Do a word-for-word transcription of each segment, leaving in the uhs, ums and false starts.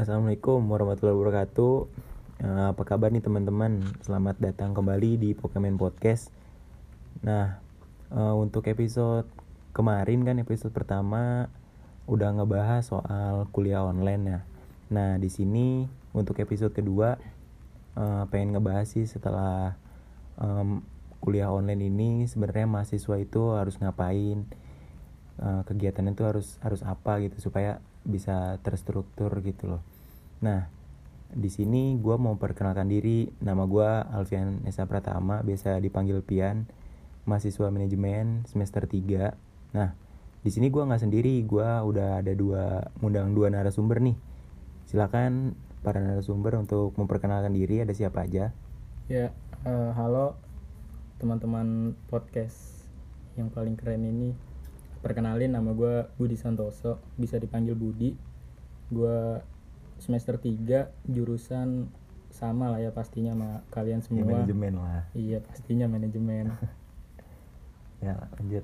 Assalamualaikum warahmatullahi wabarakatuh. Eh, Apa kabar nih teman-teman? Selamat datang kembali di Pokemon Podcast. Nah, eh, untuk episode kemarin kan episode pertama udah ngebahas soal kuliah online ya. Nah, di sini untuk episode kedua eh, pengen ngebahas sih setelah em, kuliah online ini sebenarnya mahasiswa itu harus ngapain, eh, kegiatannya itu harus harus apa gitu supaya bisa terstruktur gitu loh. Nah, di sini gue mau perkenalkan diri. Nama gue Alfian Esa Pratama, biasa dipanggil Pian, mahasiswa manajemen semester tiga. Nah, di sini gue nggak sendiri, gue udah ada dua ngundang dua narasumber nih. Silakan para narasumber untuk memperkenalkan diri. Ada siapa aja? Ya, eh, halo teman-teman podcast yang paling keren ini. Perkenalin, nama gue Budi Santoso, bisa dipanggil Budi. Gue semester tiga, jurusan sama lah ya pastinya sama kalian Ya, semua. manajemen lah. Iya, pastinya manajemen. Ya, lanjut.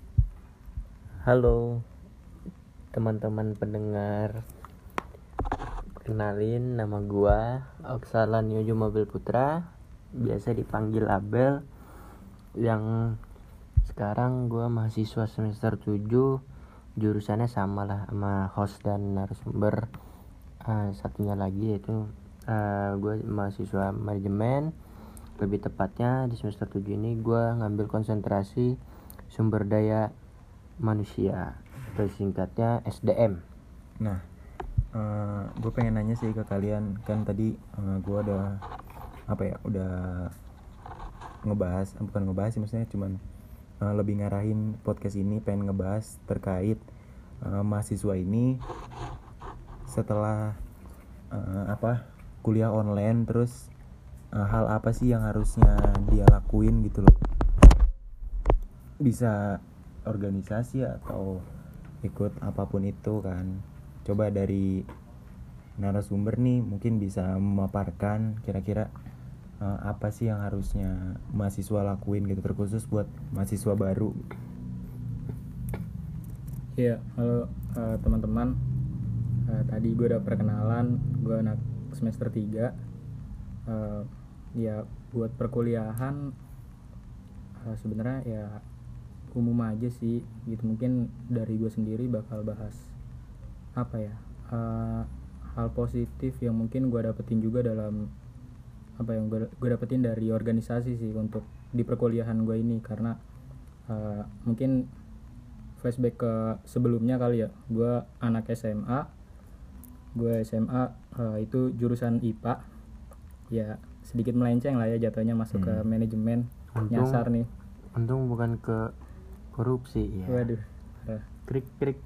Halo teman-teman pendengar, kenalin nama gua Oksalan Yojo Mobil Putra, biasa dipanggil Abel. Yang sekarang gua mahasiswa semester tujuh, jurusannya sama lah sama host dan narasumber uh, satunya lagi, yaitu uh, gua mahasiswa manajemen. Lebih tepatnya di semester tujuh ini gua ngambil konsentrasi sumber daya manusia, atau singkatnya S D M. Nah, uh, gue pengen nanya sih ke kalian. Kan tadi uh, gue udah apa ya udah ngebahas, bukan ngebahas sih, maksudnya cuman uh, lebih ngarahin podcast ini pengen ngebahas terkait uh, mahasiswa ini setelah uh, apa kuliah online, terus uh, hal apa sih yang harusnya dia lakuin gitu loh. Bisa organisasi atau ikut apapun itu kan. Coba dari narasumber nih mungkin bisa memaparkan kira-kira uh, apa sih yang harusnya mahasiswa lakuin gitu, terkhusus buat mahasiswa baru. Iya, halo eh, teman-teman. Eh, tadi gue udah perkenalan, gue anak semester tiga. Eh, ya buat perkuliahan eh, sebenarnya ya umum aja sih gitu. Mungkin dari gue sendiri bakal bahas apa ya uh, hal positif yang mungkin gue dapetin juga dalam apa yang gue, gue dapetin dari organisasi sih untuk di perkuliahan gue ini. Karena uh, mungkin flashback ke sebelumnya kali ya, gue anak S M A, gue S M A uh, itu jurusan I P A, ya sedikit melenceng lah ya jatuhnya masuk hmm. ke manajemen. Untung, nyasar nih. Untung bukan ke korupsi ya. Waduh. Uh. Krik krik.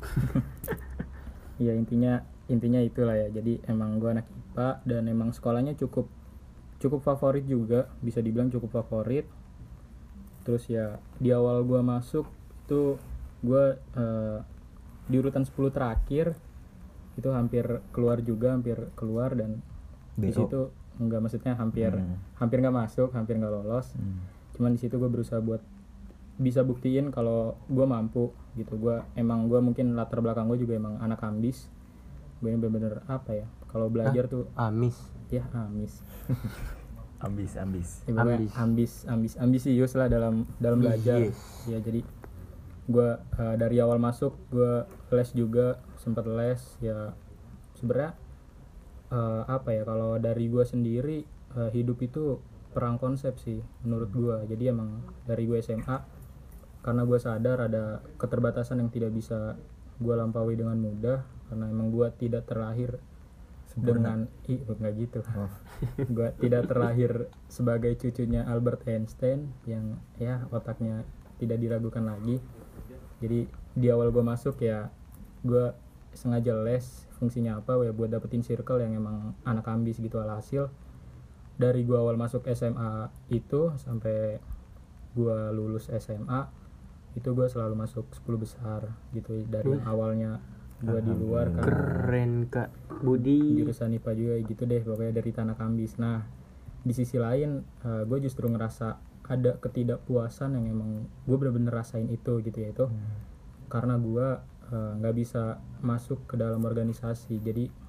Ya intinya intinya itulah ya. Jadi emang gue anak I P A dan emang sekolahnya cukup cukup favorit juga, bisa dibilang cukup favorit. Terus ya di awal gue masuk itu gue uh, di urutan sepuluh terakhir, itu hampir keluar juga, hampir keluar dan di situ enggak, maksudnya hampir hmm. hampir nggak masuk, hampir nggak lolos. Hmm. Cuman di situ gue berusaha buat bisa buktiin kalau gue mampu gitu. Gue emang gue mungkin latar belakang gue juga emang anak ambis. Gue yang bener-bener apa ya, kalau belajar ah, tuh amis ya amis ambis ambis ya, ambis ambis ambis ambisius lah dalam dalam belajar. Yes. Ya jadi gue uh, dari awal masuk gue les juga, sempat les ya. Sebenarnya uh, apa ya, kalau dari gue sendiri uh, hidup itu perang konsep sih menurut gue. Jadi emang dari gue S M A, karena gue sadar ada keterbatasan yang tidak bisa gue lampaui dengan mudah, karena emang gue tidak terlahir sempurna. Dengan ih nggak gitu. Oh. Gue tidak terlahir sebagai cucunya Albert Einstein yang ya otaknya tidak diragukan lagi. Jadi di awal gue masuk ya gue sengaja les, fungsinya apa ya, buat dapetin circle yang emang anak ambis gitu. Alhasil dari gue awal masuk S M A itu sampai gue lulus S M A itu gue selalu masuk sepuluh besar gitu. Dari uh. awalnya gue di luar kan, keren Kak Budi, jurusan I P A juga gitu deh pokoknya, dari tanah ambis. Nah di sisi lain uh, gue justru ngerasa ada ketidakpuasan yang emang gue bener-bener rasain itu gitu ya, itu hmm. karena gue nggak uh, bisa masuk ke dalam organisasi. Jadi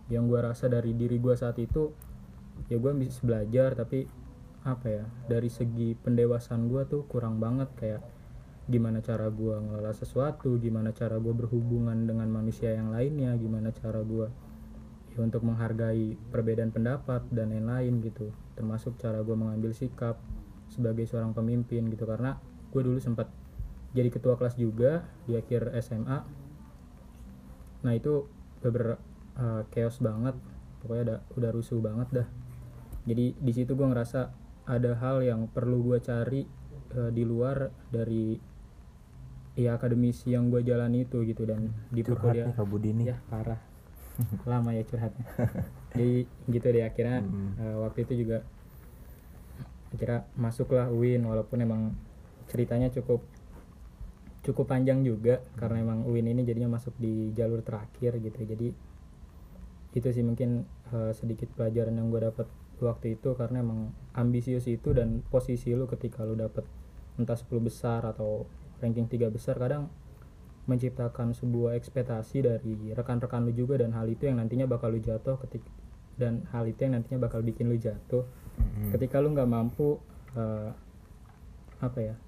yang gue rasa dari diri gue saat itu, ya gue bisa belajar tapi apa ya, dari segi pendewasaan gue tuh kurang banget, kayak gimana cara gue ngelola sesuatu, gimana cara gue berhubungan dengan manusia yang lainnya, gimana cara gue ya untuk menghargai perbedaan pendapat dan lain-lain gitu, termasuk cara gue mengambil sikap sebagai seorang pemimpin gitu. Karena gue dulu sempat jadi ketua kelas juga di akhir S M A. Nah itu bener uh, chaos banget, pokoknya ada, udah rusuh banget dah. Jadi di situ gue ngerasa ada hal yang perlu gue cari uh, di luar dari ya akademisi yang gue jalani itu gitu. Dan di Curhat nih perkuliahan Kak Budi nih. ya parah lama ya curhatnya. Jadi gitu deh akhirnya Hmm. uh, waktu itu juga akhirnya masuklah U I N, walaupun emang ceritanya cukup cukup panjang juga karena emang U I N ini jadinya masuk di jalur terakhir gitu. Jadi itu sih mungkin uh, sedikit pelajaran yang gue dapat waktu itu, karena emang ambisius itu dan posisi lu ketika lu dapet entah sepuluh besar atau ranking tiga besar kadang menciptakan sebuah ekspektasi dari rekan-rekan lu juga, dan hal itu yang nantinya bakal lu jatuh ketika dan hal itu yang nantinya bakal bikin lu jatuh Hmm. ketika lu nggak mampu uh, apa ya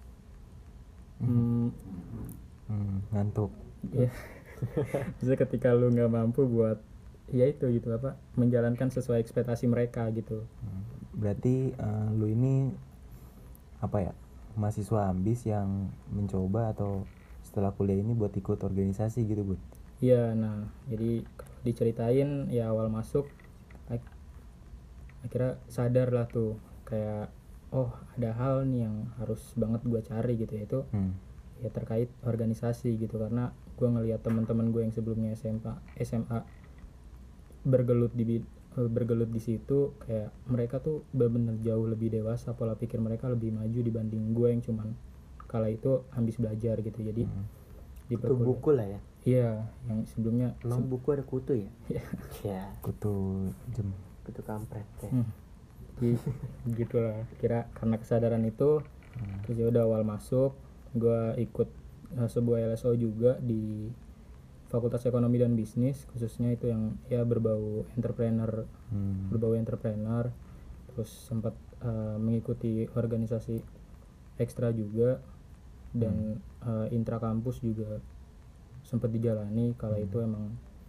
hmm, Hmm, ngantuk. ya maksudnya ketika lu nggak mampu buat ya itu gitu apa menjalankan sesuai ekspektasi mereka gitu. Hmm. Berarti eh, lu ini apa ya, mahasiswa ambis yang mencoba atau setelah kuliah ini buat ikut organisasi gitu Bud? Iya, nah jadi kalau diceritain ya awal masuk ak- akhirnya sadar lah tuh kayak oh ada hal nih yang harus banget gue cari gitu, yaitu Hmm. ya terkait organisasi gitu. Karena gue ngelihat teman-teman gue yang sebelumnya S M A S M A bergelut di bid- eh, bergelut di situ, kayak mereka tuh benar-benar jauh lebih dewasa, pola pikir mereka lebih maju dibanding gue yang cuman kala itu habis belajar gitu. Jadi Hmm. di Kutu perkuliahan buku lah ya. iya yang sebelumnya Emang buku ada kutu ya? Ya, Kutu jem. kutu kampret ya. Hmm. Jadi gitulah kira karena kesadaran itu. Terus ya udah awal masuk gue ikut uh, sebuah L S O juga di Fakultas Ekonomi dan Bisnis, khususnya itu yang ya berbau entrepreneur Hmm. berbau entrepreneur. Terus sempat uh, mengikuti organisasi ekstra juga, dan uh, intra kampus juga sempat dijalani. Kala itu emang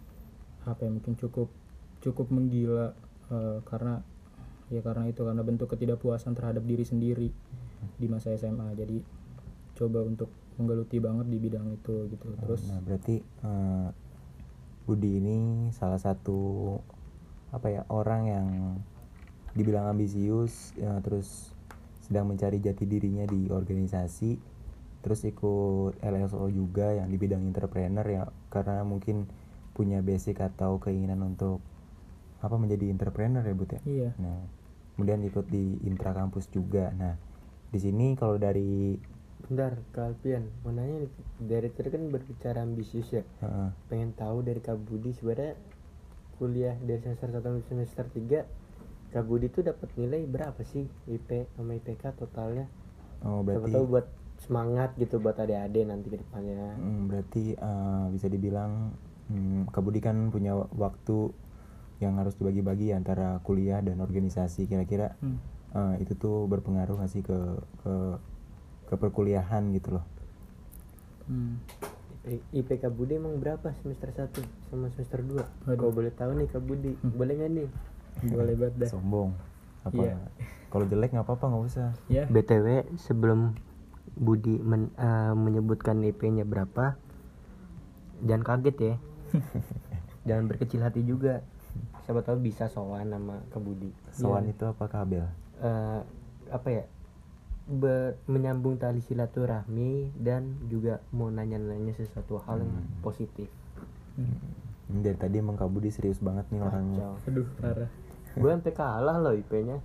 apa ya mungkin cukup cukup menggila, uh, karena ya karena itu karena bentuk ketidakpuasan terhadap diri sendiri di masa S M A. Jadi coba untuk menggeluti banget di bidang itu gitu. Terus Nah berarti eh, Budi ini salah satu apa ya, orang yang dibilang ambisius ya, terus sedang mencari jati dirinya di organisasi, terus ikut L S O juga yang di bidang entrepreneur ya, karena mungkin punya basic atau keinginan untuk apa menjadi entrepreneur ya Bud ya. iya. Nah kemudian ikut di intra kampus juga. Nah di sini kalau dari Bentar, Kak Alpian, mau nanya nih, dari tadi kan berbicara ambisius ya. uh, Pengen tahu dari Kak Budi sebenarnya kuliah dari semester satu sampai semester tiga Kak Budi tuh dapat nilai berapa sih I P sama I P K totalnya? oh Siapa berarti tahu buat semangat gitu buat adik-adik nanti ke depannya. Hmm, berarti uh, bisa dibilang hmm, Kak Budi kan punya waktu yang harus dibagi-bagi antara kuliah dan organisasi. Kira-kira Hmm. uh, itu tuh berpengaruh nggak sih ke ke ke perkuliahan gitu loh? Hmm. I P K Budi emang berapa semester satu sama semester dua? Waduh. Kalau boleh tahu nih Kak Budi, boleh nggak nih? Boleh banget dah. Sombong. Apa? Iya. Kalau jelek nggak apa-apa, nggak usah. Ya. B T W sebelum Budi men- eh, menyebutkan I P-nya berapa, jangan kaget ya. Jangan berkecil hati juga. Siapa tahu bisa sowan sama Kak Budi. Sowan Iya. itu apa kabel? Eh, apa ya? Ber- menyambung tali silaturahmi dan juga mau nanya-nanya sesuatu hal yang Hmm. positif. Hmm, dari tadi emang Kak Budi serius banget nih orangnya. Kacau. Aduh parah. Gue sampai kalah loh I P-nya.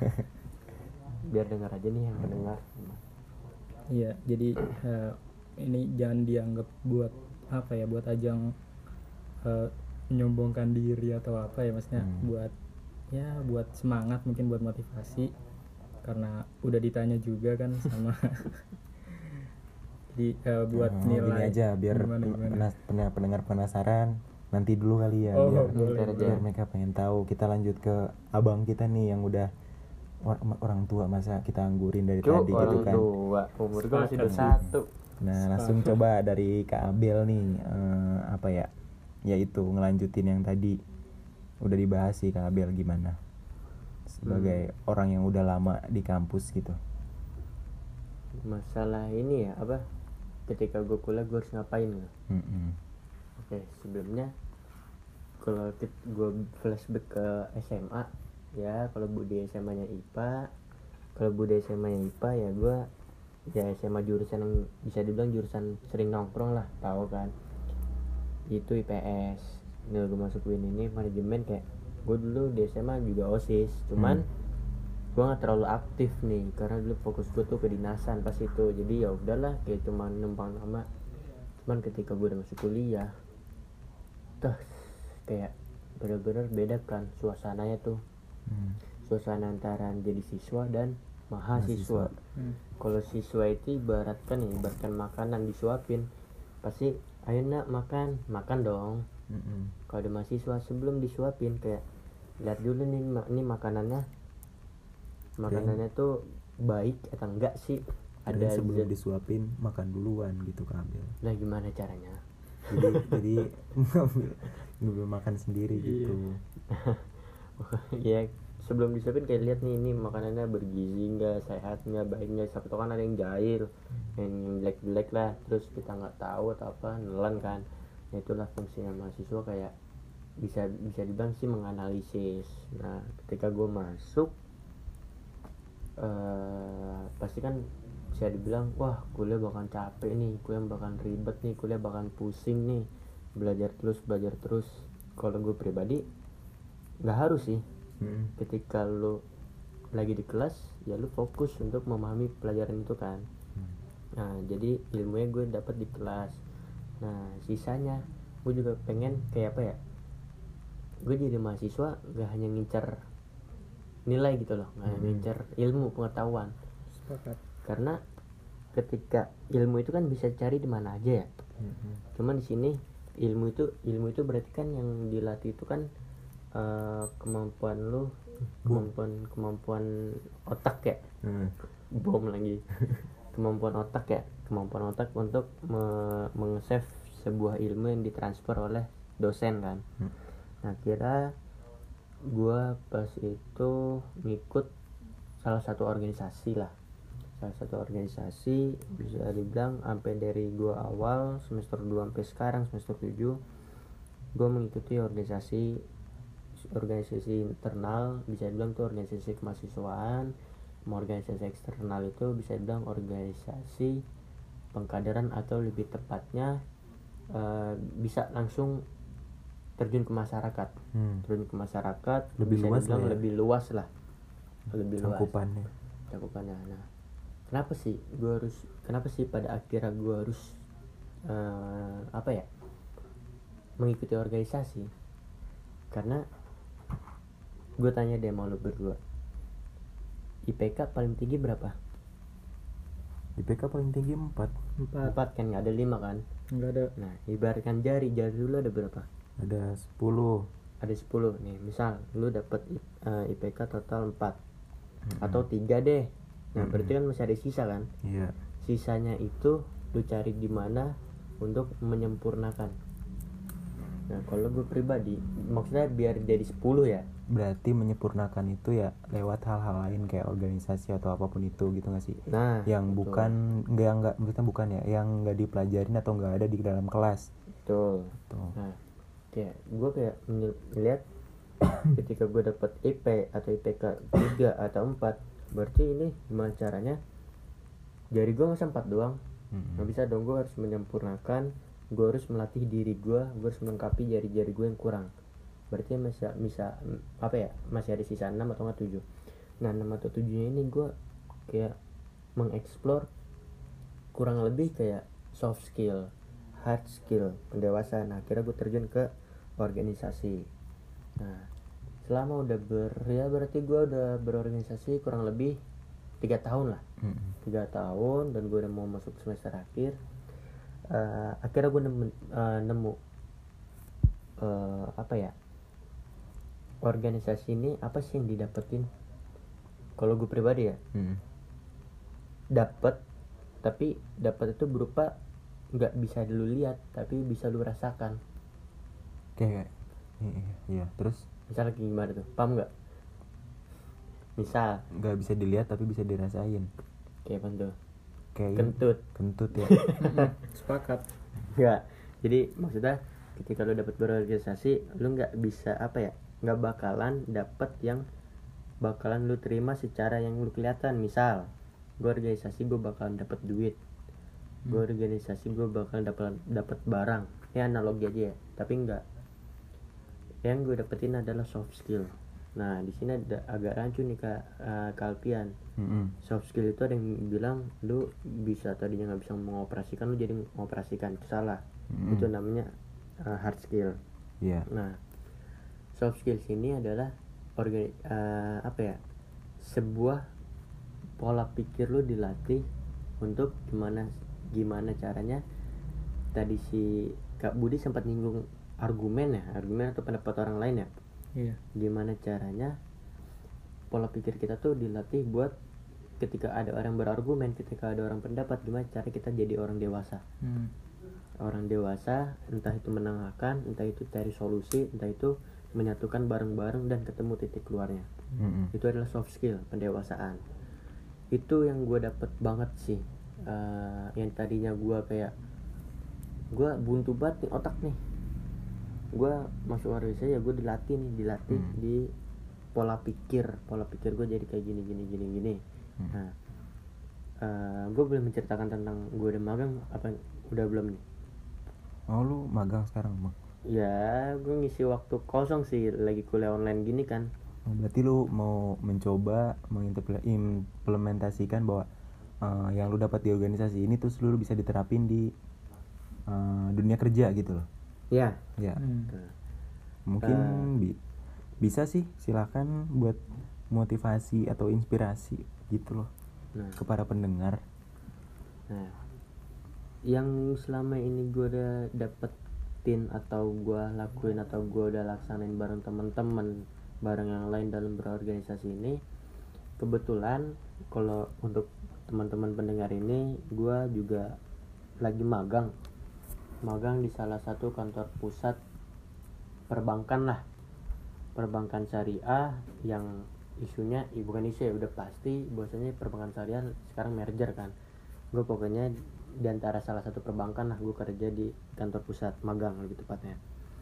Biar dengar aja nih yang pendengar. Iya, jadi eh, ini jangan dianggap buat apa ya, buat ajang eh, menyombongkan diri atau apa ya, maksudnya Hmm. buat ya buat semangat, mungkin buat motivasi, karena udah ditanya juga kan sama jadi eh, buat Oh, nilai gini aja biar gimana, pen- gimana. penas- pen- pendengar penasaran. nanti dulu kali ya, Oh, biar, boleh. biar mereka pengen tahu. Kita lanjut ke abang kita nih yang udah or- orang tua, masa kita anggurin dari Cuk, tadi orang gitu kan. tua umur gue masih dua puluh Sepakat. satu. Nah langsung coba dari Kak Abel nih, eh, apa ya, yaitu ngelanjutin yang tadi udah dibahas sih Kak Abel, gimana sebagai Hmm. orang yang udah lama di kampus gitu. Masalah ini ya apa, ketika gue kuliah gue harus ngapain ya? Mm-mm. Oke, sebelumnya kalau gue flashback ke S M A ya, kalau Budi S M A nya I P A, kalau Budi S M A nya I P A ya gue ya S M A jurusan yang bisa dibilang jurusan sering nongkrong lah, tahu kan, itu I P S. Nah gue masukin ini manajemen, kayak gue dulu di S M A juga OSIS, cuman Hmm. gue nggak terlalu aktif nih karena dulu fokus gue tuh kedinasan pas itu, jadi ya udahlah kayak cuma numpang nama. Cuman ketika gue udah masuk kuliah tuh kayak bener-bener beda kan suasananya tuh, Hmm. suasana antara jadi siswa dan mahasiswa. Hmm. Kalau siswa itu ibaratkan ya, ibaratkan makanan disuapin, pasti ayo nak makan, makan dong. Mm-mm. Kalau ada mahasiswa sebelum disuapin kayak lihat dulu nih ma- ini makanannya makanannya tuh baik atau enggak sih, Ada ada sebelum zat- disuapin makan duluan gitu Kak Abel. nah gimana caranya? Jadi jadi ngambil ngambil makan sendiri gitu. Ya sebelum disuapin kayak lihat nih ini makanannya bergizi enggak, sehat enggak, baik enggak. Siapa tahu kan ada yang jahil, yang jelek-jelek lah, terus kita nggak tahu atau apa, nelan kan. Nah itulah fungsinya mahasiswa, kayak bisa bisa dibilang sih menganalisis. Nah ketika gue masuk eh pasti kan bisa dibilang wah kuliah bakal capek nih, kuliah bakal ribet nih, kuliah bakal pusing nih, belajar terus belajar terus. Kalau gue pribadi nggak harus sih, Mm. ketika lu lagi di kelas ya lu fokus untuk memahami pelajaran itu kan. Nah jadi ilmunya gue dapat di kelas, nah sisanya gue juga pengen kayak apa ya, gue jadi mahasiswa gak hanya ngincar nilai gitu loh, nggak hanya ngincar ilmu pengetahuan. Sepakat. Karena ketika ilmu itu kan bisa cari di mana aja ya, Mm-mm. cuman di sini ilmu itu ilmu itu berarti kan yang dilatih itu kan eh, kemampuan lu, kemampuan kemampuan otak ya, Mm. bom lagi kemampuan otak ya, kemampuan otak untuk me- meng-save sebuah ilmu yang ditransfer oleh dosen kan. Hmm. Nah kira gue pas itu ngikut salah satu organisasi lah, salah satu organisasi bisa dibilang sampai dari gue awal semester dua sampai sekarang semester tujuh gue mengikuti organisasi organisasi internal, bisa dibilang tuh organisasi kemahasiswaan. Mau organisasi eksternal itu bisa dibilang organisasi pengkaderan, atau lebih tepatnya uh, bisa langsung terjun ke masyarakat. Hmm. Terjun ke masyarakat Lebih bisa luas dibilang lah ya. lebih luas lah, lebih luas Cakupannya. cakupannya. Nah kenapa sih gue harus kenapa sih pada akhirnya gue harus uh, apa ya mengikuti organisasi? Karena gue tanya deh mau lu berdua, I P K paling tinggi berapa? I P K paling tinggi empat. Empat. Empat kan, nggak ada lima kan? Nggak ada. Nah ibaratkan jari jari dulu ada berapa? Ada sepuluh. Ada sepuluh nih. Misal lu dapet uh, I P K total empat atau tiga deh. Nah Mm-mm. berarti kan masih ada sisa kan? Iya. Sisanya itu lu cari di mana untuk menyempurnakan. Nah kalau gue pribadi maksudnya biar jadi sepuluh ya. Berarti menyempurnakan itu ya lewat hal-hal lain kayak organisasi atau apapun itu gitu nggak sih? Nah Yang betul. bukan nggak nggak maksudnya bukan ya, yang nggak dipelajarin atau nggak ada di dalam kelas. Betul. Tuh. Nah kayak gue kayak melihat ketika gue dapet I P atau I P K tiga atau empat, berarti ini gimana caranya jari gue nggak empat doang, Mm-mm. nggak bisa dong, gue harus menyempurnakan, gue harus melatih diri gue, gue harus melengkapi jari-jari gue yang kurang. Berarti masih bisa apa ya, masih ada sisa enam atau nggak tujuh. Nah enam atau tujuhnya ini gue kayak mengeksplor kurang lebih kayak soft skill, hard skill, pendewasaan. Nah akhirnya gue terjun ke organisasi. Nah selama udah ber ya berarti gue udah berorganisasi kurang lebih tiga tahun lah, Mm-mm. tiga tahun, dan gue udah mau masuk semester akhir. Uh, akhirnya gue nemu, uh, nemu uh, apa ya, organisasi ini apa sih yang didapetin. Kalau gue pribadi ya, hmm. dapat, tapi dapat itu berupa nggak bisa lu lihat tapi bisa lu rasakan. Kayak iya, iya. Terus Misalnya gimana tuh, paham nggak? Misal nggak bisa dilihat tapi bisa dirasain. kayak apa tuh? Kayak Kentut. kentut ya. Sepakat. Nggak, jadi maksudnya ketika lu dapat berorganisasi, lu nggak bisa apa ya, nggak bakalan dapat yang bakalan lu terima secara yang lu kelihatan. Misal gue organisasi, gue bakalan dapat duit. Gue organisasi, gue bakalan dapat dapat barang. Ya analogi aja ya, tapi enggak. Yang gue dapetin adalah soft skill. Nah di sini ada agak rancu nih kak, uh, Kalpian. Mm-mm. Soft skill itu ada yang bilang lu bisa tadinya nggak bisa mengoperasikan, lu jadi mengoperasikan. Itu salah. Mm-mm. Itu namanya uh, hard skill. Iya. Nah soft skill sini adalah organi uh, apa ya, sebuah pola pikir lu dilatih untuk gimana gimana caranya. Tadi si Kak Budi sempat nyinggung argumen ya, argumen atau pendapat orang lain ya. Iya. Gimana caranya pola pikir kita tuh dilatih buat ketika ada orang berargumen, ketika ada orang pendapat, gimana cara kita jadi orang dewasa. Hmm. Orang dewasa entah itu menengahkan, entah itu cari solusi, entah itu menyatukan bareng-bareng dan ketemu titik keluarnya. Mm-mm. Itu adalah soft skill, pendewasaan. Itu yang gue dapet banget sih. Uh, yang tadinya gue kayak gue buntu banget nih otak nih, gue masuk organisasi ya gue dilatih nih dilatih Hmm. di pola pikir pola pikir gue jadi kayak gini gini gini gini. Hmm. Nah uh, gue boleh menceritakan tentang gue udah magang apa udah belum nih? Oh lu magang sekarang bang? Ya gue ngisi waktu kosong sih, lagi kuliah online gini kan. Oh, berarti lu mau mencoba mengimplementasikan bahwa uh, yang lu dapat di organisasi ini tuh seluruh bisa diterapin di uh, dunia kerja gitu loh. Ya. Ya. Hmm. Nah, Mungkin Uh. bi- bisa sih, silakan buat motivasi atau inspirasi gitu loh nah, ke para pendengar. nah yang selama ini gue udah dapetin atau gue lakuin atau gue udah laksanain bareng teman-teman, bareng yang lain dalam berorganisasi ini, kebetulan kalau untuk teman-teman pendengar ini, gue juga lagi magang magang di salah satu kantor pusat perbankan lah, perbankan syariah yang isunya, ya bukan isu ya, udah pasti bahwasanya perbankan syariah sekarang merger kan. Gue pokoknya di antara salah satu perbankan lah, gue kerja di kantor pusat, magang lebih tepatnya.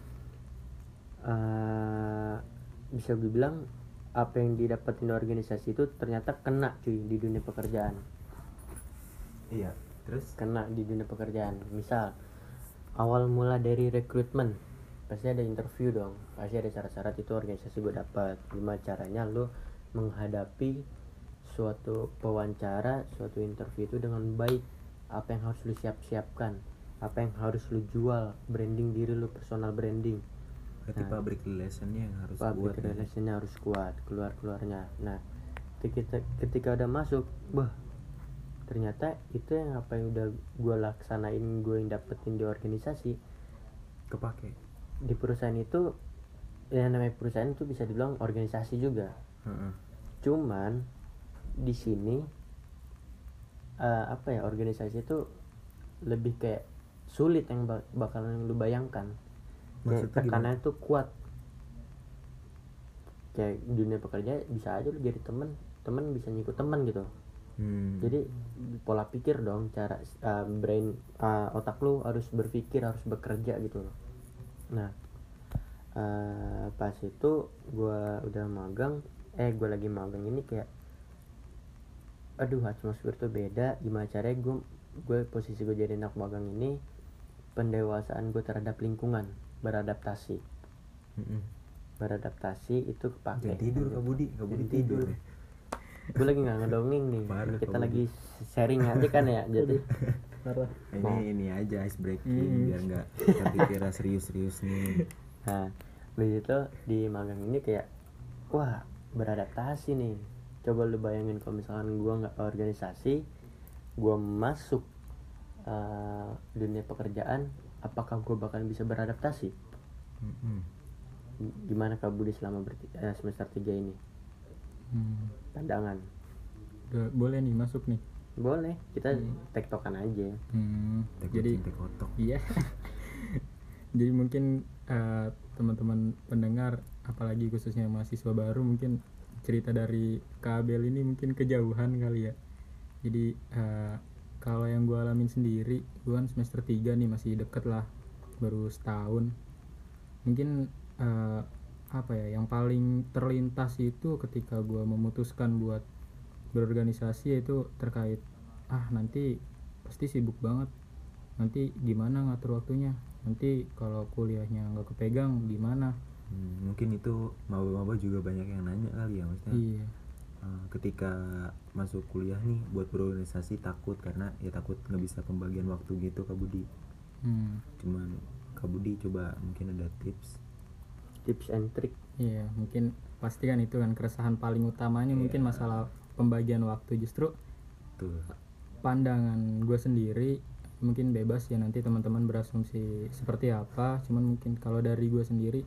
Uh, bisa gue bilang apa yang didapetin di organisasi itu ternyata kena cuy di dunia pekerjaan. Iya. Terus? Kena di dunia pekerjaan. Misal awal mula dari rekrutmen, pasti ada interview dong, pasti ada syarat-syarat, itu organisasi gue dapat. Gimana caranya lo menghadapi suatu wawancara, suatu interview itu dengan baik, apa yang harus lo siap-siapkan, apa yang harus lo jual, branding diri lo, personal branding. Berarti Nah, public relationnya yang harus public kuat. relationnya harus kuat, keluar-keluarnya. Nah ketika, ketika udah masuk, bah ternyata itu yang apa yang udah gue laksanain, gue yang dapetin di organisasi Kepake. di perusahaan itu. Yang namanya perusahaan itu bisa dibilang organisasi juga. Heeh. Cuman di sini uh, apa ya, organisasi itu lebih kayak sulit yang bak- bakalan lu bayangkan. Kayak Maksudnya tekanannya tuh kuat. Kayak dunia pekerja bisa aja lu jadi temen, temen bisa nyikut temen gitu. Hmm. Jadi pola pikir dong, cara uh, brain uh, otak lu harus berpikir, harus bekerja gitu loh. Nah uh, pas itu gue udah magang, eh gue lagi magang ini kayak, aduh atmosfer tuh beda. Gimana caranya gue gue posisi gue jadi anak magang ini, pendewasaan gue terhadap lingkungan, beradaptasi. Mm-mm. Beradaptasi itu kepake. Jangan tidur Kak Budi, Kak Budi Jangan tidur. tidur. Gue lagi nggak ngedongeng nih. Parah, Kita Kak lagi sharing aja kan ya, jadi Parah. Ini Nah. ini aja ice breaking Hmm. biar nggak tadi kira serius-serius nih. nah begitu di magang ini kayak, wah beradaptasi nih. Coba lu bayangin kalau misalkan gue nggak organisasi, gue masuk uh, dunia pekerjaan, apakah gue bakal bisa beradaptasi? Mm-mm. Gimana Kak Budi selama ber- eh, semester tiga ini? Hmm. Pandangan. Udah, boleh nih masuk nih. Boleh, kita Hmm. tektokan aja. Hmm. Tek Jadi kucing, tek kotok. iya. Jadi mungkin uh, teman-teman pendengar, apalagi khususnya mahasiswa baru, mungkin cerita dari Kak Abel ini mungkin kejauhan kali ya. Jadi uh, kalau yang gue alamin sendiri, gue kan semester tiga nih, masih deket lah, baru setahun. Mungkin uh, apa ya, yang paling terlintas itu ketika gue memutuskan buat berorganisasi, yaitu terkait ah nanti pasti sibuk banget, nanti gimana ngatur waktunya, nanti kalau kuliahnya nggak kepegang gimana. Hmm, mungkin itu maba-maba juga banyak yang nanya kali ya, maksudnya Iya. uh, ketika masuk kuliah nih buat berorganisasi takut karena ya takut nggak bisa pembagian waktu gitu Kak Budi. Hmm. Cuman Kak Budi coba mungkin ada tips. Tips and trick. Iya, mungkin pasti kan itu kan keresahan paling utamanya. Iya. Mungkin masalah pembagian waktu. Justru Tuh. pandangan gue sendiri, mungkin bebas ya nanti teman-teman berasumsi seperti apa, cuman mungkin kalau dari gue sendiri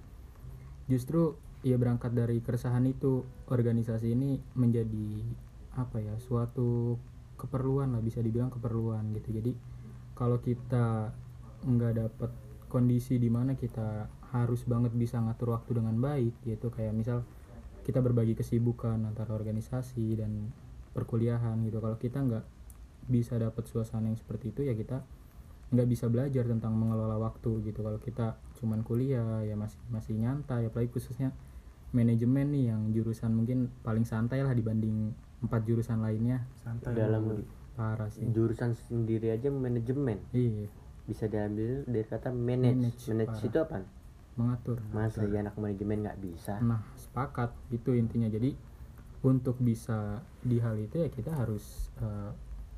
justru ya berangkat dari keresahan itu, organisasi ini menjadi apa ya, suatu keperluan lah, bisa dibilang keperluan gitu. Jadi kalau kita nggak dapat kondisi di mana kita harus banget bisa ngatur waktu dengan baik gitu, kayak misal kita berbagi kesibukan antara organisasi dan perkuliahan gitu, kalau kita nggak bisa dapat suasana yang seperti itu, ya kita nggak bisa belajar tentang mengelola waktu gitu. Kalau kita cuman kuliah ya masih masih nyantai, apalagi khususnya manajemen nih yang jurusan mungkin paling santai lah dibanding empat jurusan lainnya. Santai Dalam Kak Budi. Parah sih. jurusan sendiri aja manajemen Iya, bisa diambil dari kata manage. Manage, Manage, parah. itu apa? mengatur. Masa ya anak manajemen nggak bisa? Nah, sepakat itu intinya. Jadi untuk bisa di hal itu ya kita harus uh,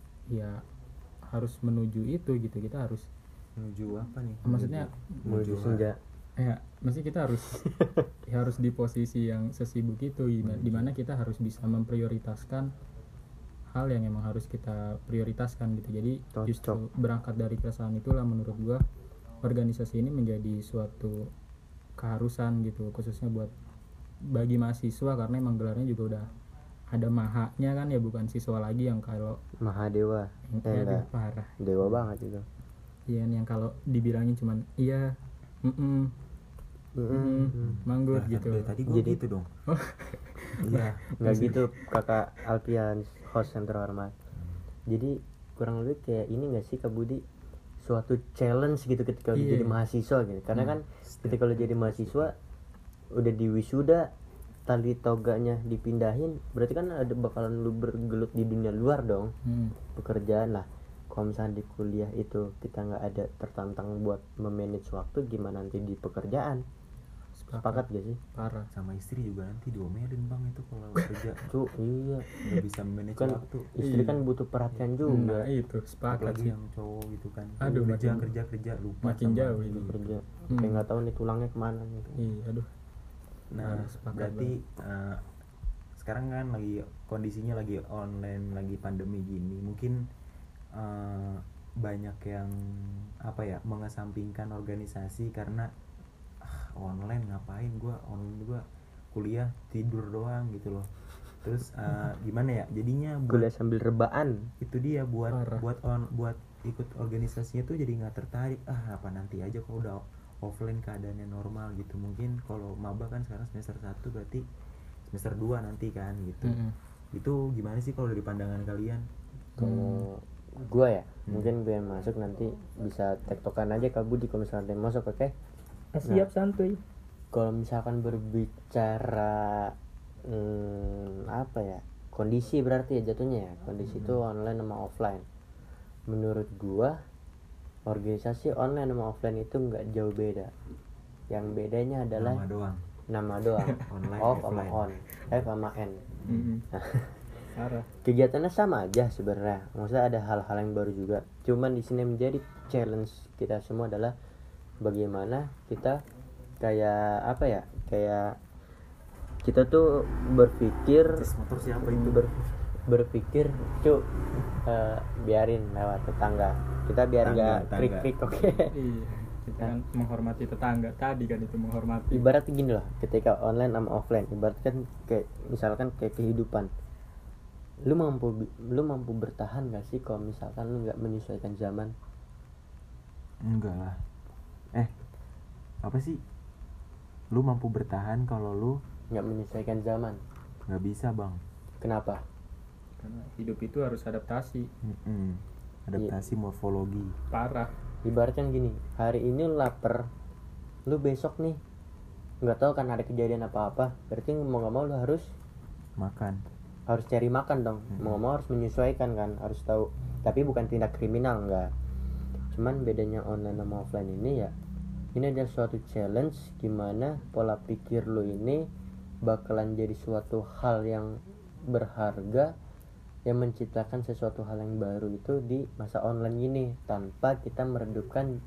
ya harus menuju itu gitu. Kita harus, Menuju apa nih? maksudnya Menuju senja. ya maksudnya kita harus ya harus di posisi yang sesibuk itu, gimana- dimana kita harus bisa memprioritaskan hal yang emang harus kita prioritaskan gitu. Jadi Cocok. justru berangkat dari keresahan itulah menurut gua organisasi ini menjadi suatu keharusan gitu, khususnya buat bagi mahasiswa, karena emang gelarnya juga udah ada mahanya kan ya, bukan siswa lagi yang kalau Mahadewa. yang Eh, aduh, enggak. parah. Dewa banget itu. Iya, yang kalau dibilangin cuman iya, mm Mm-mm. manggut Nah, gitu. dari tadi gue Jadi- gitu dong. Iya. Nggak gitu kakak Alpian, host yang terhormat. Jadi kurang lebih kayak ini nggak sih Kak Budi, suatu challenge gitu ketika udah Iya. jadi mahasiswa gitu. Karena Hmm. kan ketika lo jadi mahasiswa udah di wisuda, tali toganya dipindahin, berarti kan ada bakalan lu bergelut di dunia luar dong, Hmm. pekerjaan lah. Kalau misalnya di kuliah itu kita nggak ada tertantang buat memanage waktu, gimana nanti di pekerjaan? Sepakat gak sih? Parah. Sama istri juga nanti diomelin bang itu kalau kerja Cu, iya. nggak bisa manage Kan waktu. istri kan butuh perhatian juga. Nah, itu sepakat Apalagi sih. yang cowok gitu kan. Aduh, kerja makin- kerja kerja lupa makin sama jauh ini. ini. Kerja Hmm. kayak nggak tahu nih tulangnya kemana nih. Iya, aduh. Nah, Nah, sepakat berarti eh, sekarang kan lagi kondisinya lagi online, lagi pandemi gini, mungkin eh, banyak yang apa ya, mengesampingkan organisasi karena ah, online ngapain gua, online gua kuliah tidur doang gitu loh. Terus eh, gimana ya? Jadinya buat Kuliah sambil rebaan. itu dia buat Parah. buat on buat ikut organisasinya tuh jadi nggak tertarik, ah apa nanti aja kalau udah offline keadaannya normal gitu. Mungkin kalau maba kan sekarang semester satu, berarti semester dua nanti kan gitu. Mm-mm. Itu gimana sih kalau dari pandangan kalian? Kalau gua ya, mungkin gue yang masuk nanti bisa tektokan aja Kak Budi kalau misalnya yang masuk, oke? Siap santuy. Kalau misalkan berbicara hmm, apa ya, kondisi berarti ya jatuhnya ya, kondisi itu online sama offline. Menurut gua organisasi online sama offline itu nggak jauh beda. Yang bedanya adalah Nama doang. nama doang. Online, Off sama offline. on, F sama N. Mm-mm. Parah. Kegiatannya sama aja sebenarnya. Maksudnya ada hal-hal yang baru juga. Cuman di sini menjadi challenge kita semua adalah bagaimana kita kayak apa ya? Kayak kita tuh berpikir Tes motor siapa itu? ber, berpikir, cuk, eh, biarin lewat tetangga. Kita biar Tangga, nggak tangga. krik-krik, oke? Iya. kita kan menghormati tetangga tadi kan, itu menghormati. Ibarat gini loh, ketika online sama offline, ibarat kan kayak misalkan kayak kehidupan, lu mampu lu mampu bertahan gak sih kalau misalkan lu nggak menyesuaikan zaman? Enggak lah. Eh, apa sih? Lu mampu bertahan kalau lu Nggak menyesuaikan zaman? nggak bisa, Bang. Kenapa? Karena hidup itu harus adaptasi. Mm-mm. Adaptasi morfologi. Parah. Ibarat kan gini, hari ini lu lapar, lu besok nih nggak tahu kan ada kejadian apa-apa, berarti mau nggak mau lu harus Makan. harus cari makan dong. Hmm. Mau nggak mau harus menyesuaikan kan, harus tahu. Tapi bukan tindak kriminal, enggak. Cuman bedanya online sama offline ini ya, ini adalah suatu challenge gimana pola pikir lu ini bakalan jadi suatu hal yang berharga, yang menciptakan sesuatu hal yang baru itu di masa online ini, tanpa kita meredupkan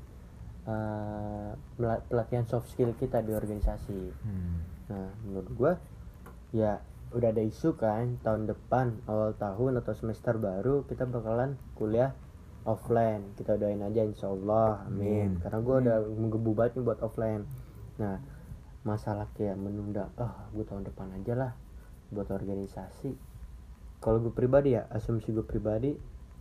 uh, pelatihan soft skill kita di organisasi. Hmm. Nah, menurut gua ya udah ada isu kan tahun depan awal tahun atau semester baru kita bakalan kuliah offline. Kita doain aja insyaallah, amin. Amin. Karena gua udah menggebu banget nih buat offline. Nah, masalah kayak menunda, ah oh, gue tahun depan aja lah buat organisasi. Kalau gue pribadi ya, asumsi gue pribadi,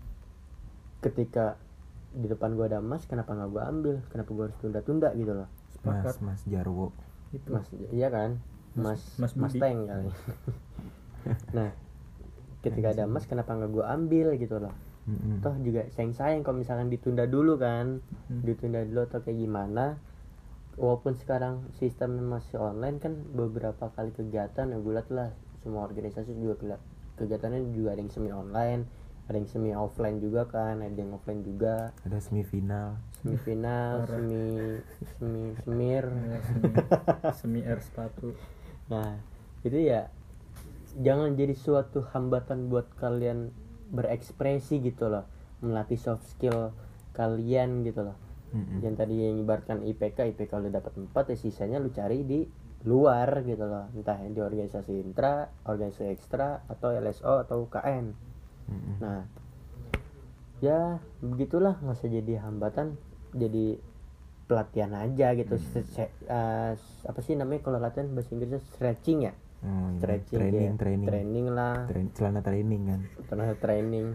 ketika di depan gue ada emas, kenapa nggak gue ambil? Kenapa gue harus tunda-tunda gitu loh? Mas, Mas Jarwo. Itu. Mas, iya kan? Mas, Mas Mas, Budi. Teng kali. Nah, ketika ada emas, kenapa nggak gue ambil gitu loh? Mm-mm. Toh juga sayang-sayang kalau misalkan ditunda dulu kan, Hmm. ditunda dulu atau kayak gimana. Walaupun sekarang sistemnya masih online kan, beberapa kali kegiatan ya gue liat lah, semua organisasi juga keli- kegiatannya juga ada yang semi online, ada yang semi offline juga kan, ada yang offline juga, Ada semifinal. semifinal, Parah. semi semi semir. Ya, semi, semi air sepatu. Nah itu ya jangan jadi suatu hambatan buat kalian berekspresi gitu loh, melatih soft skill kalian gitu loh. Mm-mm. Yang tadi yang ibaratkan I P K, I P K lu dapat empat ya sisanya lu cari di luar gitu loh, entah di organisasi intra, organisasi ekstra, atau L S O atau U K M. Mm-mm. Nah ya begitulah, nggak usah jadi hambatan, jadi pelatihan aja gitu. Se- se- uh, apa sih namanya kalau latihan bahasa Inggrisnya stretching ya? Oh, iya. Stretching, training, ya. training, training lah, Train- celana training kan. tenaga training.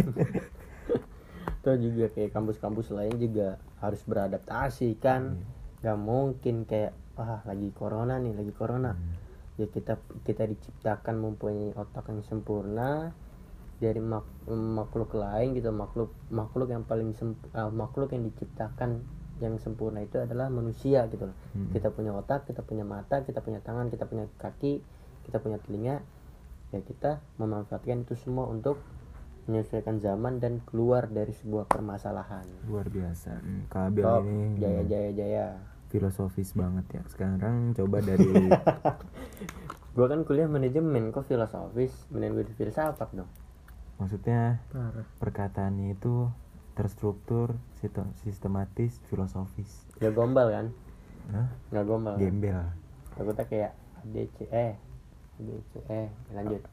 Itu juga kayak kampus-kampus lain juga harus beradaptasi kan. Gak mungkin kayak wah lagi corona nih, lagi corona. Hmm. Ya kita kita diciptakan mempunyai otak yang sempurna dari mak- makhluk lain gitu, makhluk makhluk yang paling semp- uh, makhluk yang diciptakan yang sempurna itu adalah manusia gitu loh. Hmm. Kita punya otak, kita punya mata, kita punya tangan, kita punya kaki, kita punya telinga. Ya kita memanfaatkan itu semua untuk menyesuaikan zaman dan keluar dari sebuah permasalahan. Luar biasa. Hmm, Kak Abel Top, ini jaya jaya jaya. filosofis banget ya. Sekarang coba dari Gua kan kuliah manajemen, kok filosofis? Mending gue di filsafat dong. maksudnya Parah. perkataannya itu terstruktur, sito- sistematis, filosofis. Gak gombal kan? Hah? Gak gombal kan? Gembel. Takutnya kayak A B C E A B C E lanjut.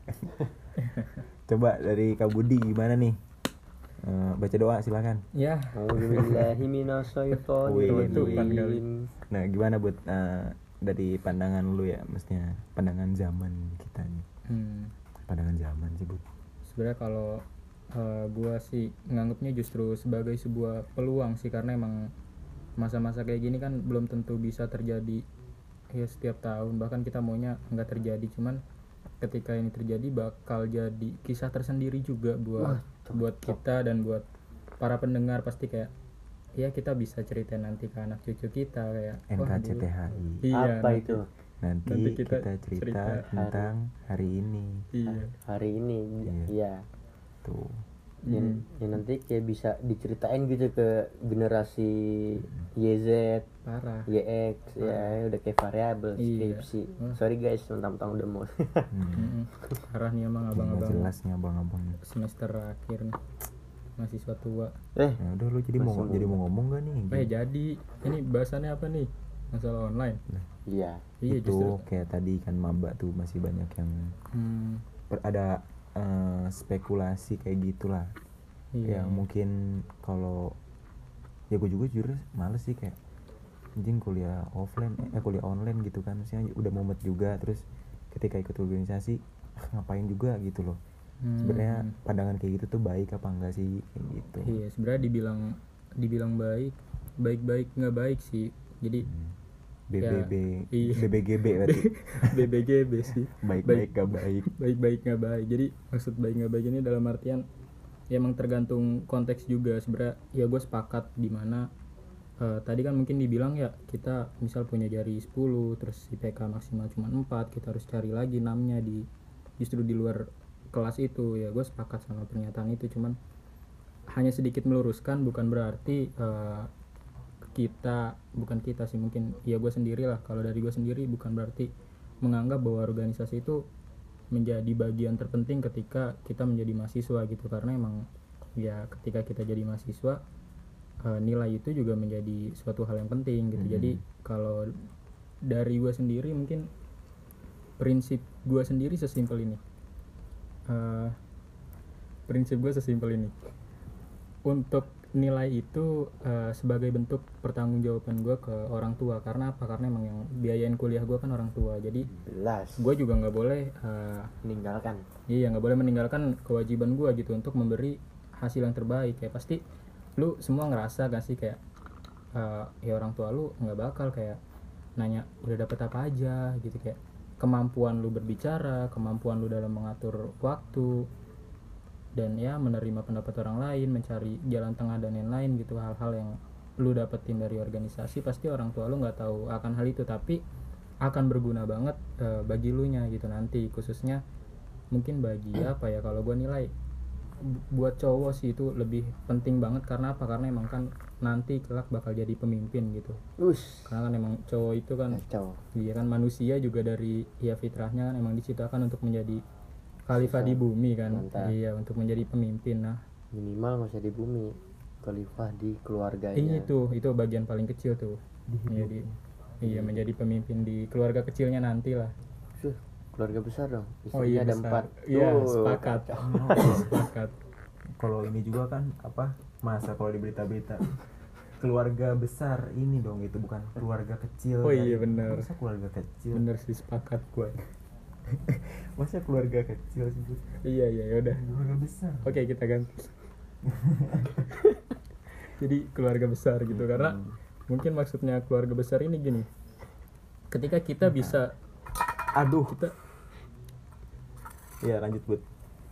Coba dari Kak Budi gimana nih? Eh, baca doa silakan. Ya, Auzubillahi Wih, minasyaitonirrajim. Nah, gimana buat eh, dari pandangan lu ya, mestinya pandangan zaman kita nih. hmm, Pandangan zaman sih, Bud. sebenarnya kalau uh, gua sih nganggapnya justru sebagai sebuah peluang sih, karena emang masa-masa kayak gini kan belum tentu bisa terjadi ya setiap tahun, bahkan kita maunya nggak terjadi, cuman ketika ini terjadi bakal jadi kisah tersendiri juga buat buat kita dan buat para pendengar. Pasti kayak ya kita bisa cerita nanti ke anak cucu kita kayak N wah, K C T H I. dulu- iya, Apa nanti- itu? Nanti, Nanti kita, kita cerita, cerita tentang hari ini. iya. Hari ini Iya. iya. Tuh. Yang, Hmm. yang nanti kayak bisa diceritain gitu ke generasi Y Z, Parah. Y X, ya udah kayak variabel Iya. skripsi. Wah. Sorry guys, mentang-mentang udah mau. Hmm. Mm-mm. Parah nih emang Nggak abang-abang jelas nih abang-abang. semester akhir nih, mahasiswa tua. eh, Ya udah, lu jadi mau Masih jadi muda. mau ngomong gak nih? Eh jadi ini bahasannya apa nih? Masalah online. iya. Iya Itu justru. kayak tadi kan maba tuh masih banyak yang Hmm, ber- ada eh, spekulasi kayak gitulah. iya. Yang mungkin kalau ya gue juga jujur males sih kayak anjing kuliah offline eh kuliah online gitu kan, maksudnya udah mumet juga, terus ketika ikut organisasi ngapain juga gitu loh. Hmm. Sebenarnya pandangan kayak gitu tuh baik apa enggak sih kayak gitu. Iya, sebenarnya dibilang dibilang baik, baik-baik nggak baik sih. Jadi B B B iya. B B G B berarti B B G B sih. baik-baik gak baik. Baik-baik nggak baik. Jadi maksud baik nggak baik ini dalam artian ya emang tergantung konteks juga sebenarnya. Ya gue sepakat di mana uh, tadi kan mungkin dibilang ya kita misal punya jari sepuluh terus I P K maksimal cuma empat, kita harus cari lagi enam-nya di justru di luar kelas itu. Ya gue sepakat sama pernyataan itu, cuman hanya sedikit meluruskan, bukan berarti uh, kita bukan kita sih mungkin ya gue sendiri lah, kalau dari gue sendiri bukan berarti menganggap bahwa organisasi itu menjadi bagian terpenting ketika kita menjadi mahasiswa gitu, karena emang ya ketika kita jadi mahasiswa uh, nilai itu juga menjadi suatu hal yang penting gitu. hmm. Jadi kalau dari gue sendiri mungkin prinsip gue sendiri sesimpel ini uh, prinsip gue sesimpel ini untuk nilai itu uh, sebagai bentuk pertanggungjawaban gue ke orang tua. Karena apa? Karena emang yang biayain kuliah gue kan orang tua, jadi jelas gue juga nggak boleh uh, meninggalkan iya nggak boleh meninggalkan kewajiban gue gitu untuk memberi hasil yang terbaik. Kayak pasti lu semua ngerasa gak sih kayak uh, ya orang tua lu nggak bakal kayak nanya udah dapet apa aja gitu, kayak kemampuan lu berbicara, kemampuan lu dalam mengatur waktu, dan ya menerima pendapat orang lain, mencari jalan tengah dan lain-lain gitu. Hal-hal yang lu dapetin dari organisasi pasti orang tua lu nggak tahu akan hal itu, tapi akan berguna banget uh, bagi lu nya gitu nanti, khususnya mungkin bagi apa ya, kalau gue nilai buat cowok sih itu lebih penting banget. Karena apa? Karena emang kan nanti kelak bakal jadi pemimpin gitu. Ush. Karena kan emang cowok itu kan Kacau. Iya kan, manusia juga dari ya fitrahnya kan emang diciptakan untuk menjadi khalifah di bumi kan. Mantap. Iya, untuk menjadi pemimpin. Nah Minimal nggak usah di bumi, khalifah di keluarganya. ini tuh itu bagian paling kecil tuh. Jadi iya menjadi pemimpin di keluarga kecilnya nanti lah. Suh, keluarga besar dong. Istrinya Oh iya ada besar. empat. Iya Tuh, sepakat. kacau. Sepakat. Kalau ini juga kan apa masa kalau di berita-berita keluarga besar ini dong, itu bukan keluarga kecil. Oh kan? iya benar. Masa keluarga kecil? Bener sih, sepakat gue. Masa keluarga kecil sih? Iya iya ya udah. Keluarga besar. Oke kita ganti. Jadi keluarga besar gitu, karena Hmm. mungkin maksudnya keluarga besar ini gini. Ketika kita bisa Aduh. kita Iya lanjut Bud.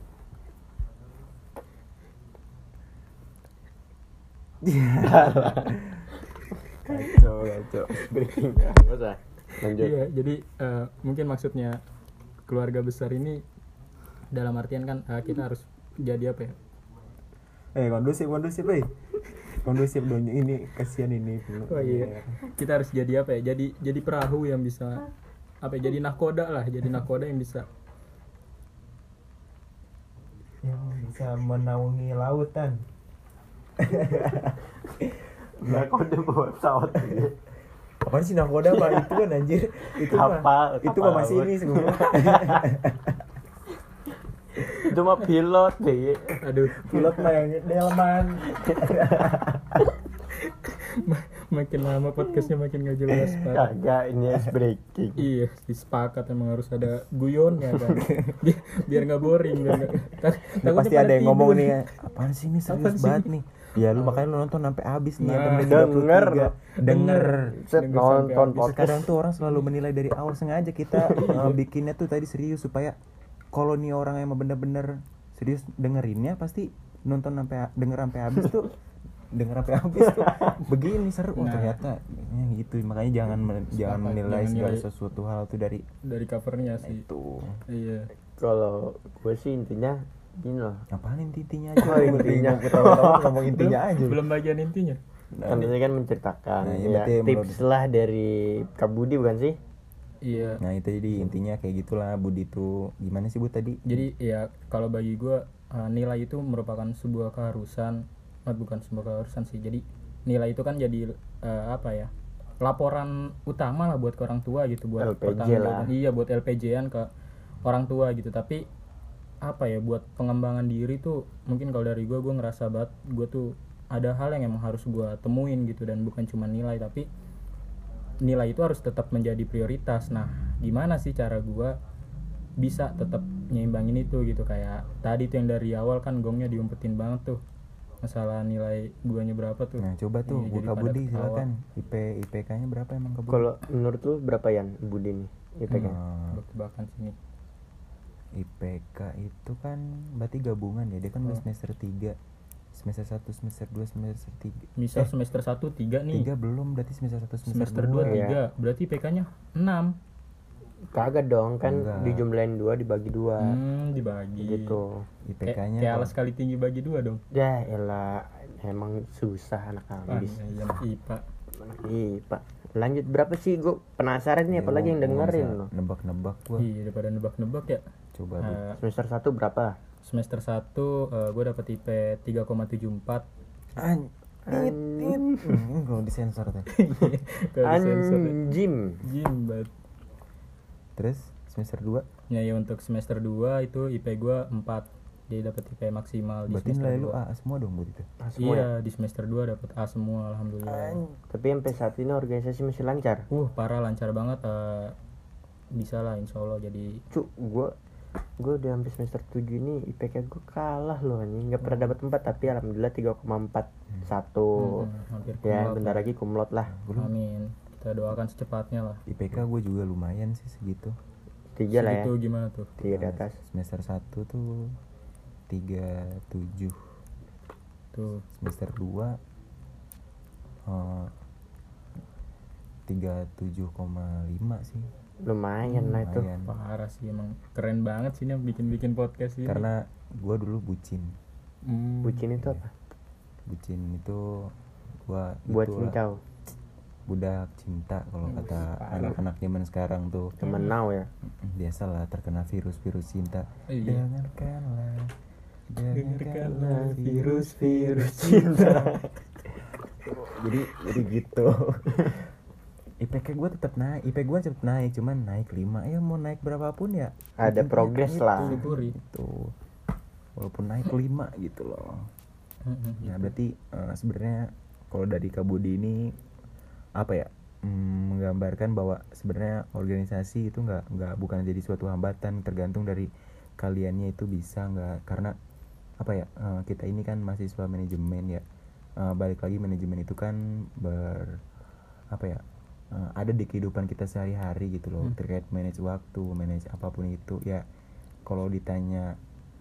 Kacau kacau. Breaking nggak usah. Lanjut. iya jadi uh, mungkin maksudnya keluarga besar ini dalam artian kan uh, kita harus jadi apa ya? Eh kondusif kondusif eh. Kondusif dong ini, kasihan ini. Oh iya. Kita harus jadi apa ya? Jadi jadi perahu yang bisa apa ya? Jadi nahkoda lah, jadi nahkoda yang bisa Yang bisa menaungi lautan. Nakoda bawa pesawat. Apaan sih nakoda Pak? Itu kan anjir. Itu mah Kapal, itu kapal mah masih laut. ini sebenarnya. Itu mah pilot deh. aduh Pilot mah yang delman. makin lama podcastnya makin gak jelas Pak. Kagak, ini ice breaking. Iya, sepakat emang harus ada guyon ya kan. Bi- biar nggak boring, biar nggak. tar- Ini takutnya pasti pada ada yang tidur. ngomong nih, apaan sih ini Apaan serius sih banget nih. Ya lu makanya lu nonton sampai habis nih Nah, sampai menit tiga puluh tiga. denger. Denger. Set Denger nonton sampai habis. podcast. Kadang tuh orang selalu menilai dari awal, sengaja kita uh, bikinnya tuh tadi serius supaya kalau nih orang yang bener-bener serius dengerinnya pasti nonton sampai denger sampai habis tuh denger sampai habis tuh begini seru. Oh, Nah. ternyata ya gitu, makanya jangan men- jangan Sepakat, menilai jangan segala nilai. sesuatu hal tuh dari Dari covernya sih. itu. Iya. Kalau gue sih intinya gini loh. Apaan intinya aja? Oh, intinya. Ketawa-tawa ngomong intinya belum, aja. belum bagian intinya. Kan ini kan menceritakan Nah, iya, ya, berarti tips lah dari Kak Budi bukan sih? Iya. Nah itu jadi intinya kayak gitulah. Budi tuh gimana sih Bu tadi? Jadi ya kalau bagi gue uh, nilai itu merupakan sebuah keharusan, eh, bukan sebuah keharusan sih. Jadi nilai itu kan jadi uh, apa ya? Laporan utama lah buat ke orang tua gitu, buat L P J pertanggungjawaban. lah. Iya, buat L P J-an ke orang tua gitu. Tapi apa ya, buat pengembangan diri tuh mungkin kalau dari gue gue ngerasa banget gue tuh ada hal yang emang harus gue temuin gitu, dan bukan cuma nilai tapi nilai itu harus tetap menjadi prioritas. Nah gimana sih cara gue bisa tetap nyimbangin itu gitu, kayak tadi tuh yang dari awal kan gongnya diumpetin banget tuh masalah nilai guanya berapa tuh. Nah coba tuh Iya, Bu jadi Kak pada Budi ketawa. silakan I P I P K-nya berapa emang Kak Budi? Kalau menurut lu berapa Yan Budi nih I P K? Hmm, Tebak-tebakan sini. I P K itu kan berarti gabungan ya, dia kan udah Oh. semester tiga, semester satu, semester dua, semester tiga. Misal Eh, semester satu tiga nih, tiga belum, berarti semester satu, semester, semester dua Iya. tiga, berarti I P K-nya enam. Kagak dong, kan Enggak. dijumlahin dua dibagi dua Hmm, dibagi. gitu. I P Kayak K-nya kayak kok- alas kali tinggi bagi dua dong. Ya elah, emang susah anak Ah, ambis. iya, I P A. Anak I P A. Lanjut berapa sih? Gue penasaran nih, Ya, apalagi gua- yang gua dengerin bisa loh. nebak-nebak gua. Iya, daripada nebak-nebak ya. Coba Bu. Eh, Semester satu berapa? semester satu gue dapet I P tiga koma tujuh empat. An tit, tit. Hmm, kalau disensor tuh. Kalau disensor ya. Anjim. Jimbat. Terus semester dua Ya, ya untuk semester dua itu I P gue empat. Jadi dapat I P maksimal di berarti semester nilai lu dua. A semua dong Bu itu. Ah, semua Iya, ya? di semester dua dapat A semua alhamdulillah. Tapi sampai saat ini organisasi masih lancar. Uh, parah lancar banget. eh, bisa lah insya Allah jadi. Cuk, gue gue udah sampai semester tujuh ini I P K gue kalah loh anjing. Nggak pernah dapat empat tapi alhamdulillah tiga koma empat satu. Hmm, hampir Ya, kumlot bentar lah. lagi kumlot lah. Amin. Kita doakan secepatnya lah. I P K gue juga lumayan sih segitu. Tiga lah ya. Segitu gimana tuh? Tiga di atas. Semester satu tuh tiga tujuh, Tuh. semester dua eh, tiga tujuh koma lima sih. Lumayan lah itu. Lumayan. Parah sih, emang keren banget sih nih bikin-bikin podcast ini. Karena gue dulu bucin. Hmm. Bucin itu apa? Bucin itu gua Buat itulah, cincau. budak cinta kalau kata anak-anak zaman sekarang tuh. Temen now ya. Biasalah terkena virus-virus cinta. Iya. Dengarkanlah, Dengarkanlah virus-virus cinta. jadi jadi gitu. I P K gue tetap naik, I P gue tetap naik, cuman naik lima. Ya mau naik berapapun ya Ada intinya progres itu, lah. Syukuri. gitu. Walaupun naik lima gitu loh. Hmm, Nah berarti eh, sebenarnya kalau dari Kak Budi ini apa ya, mm, menggambarkan bahwa sebenarnya organisasi itu nggak nggak bukan jadi suatu hambatan, tergantung dari kaliannya itu bisa nggak. Karena apa ya, eh, kita ini kan mahasiswa manajemen ya. Eh, balik lagi manajemen itu kan ber apa ya, eh, ada di kehidupan kita sehari-hari gitu loh, Hmm. terkait manage waktu, manage apapun itu ya. Kalau ditanya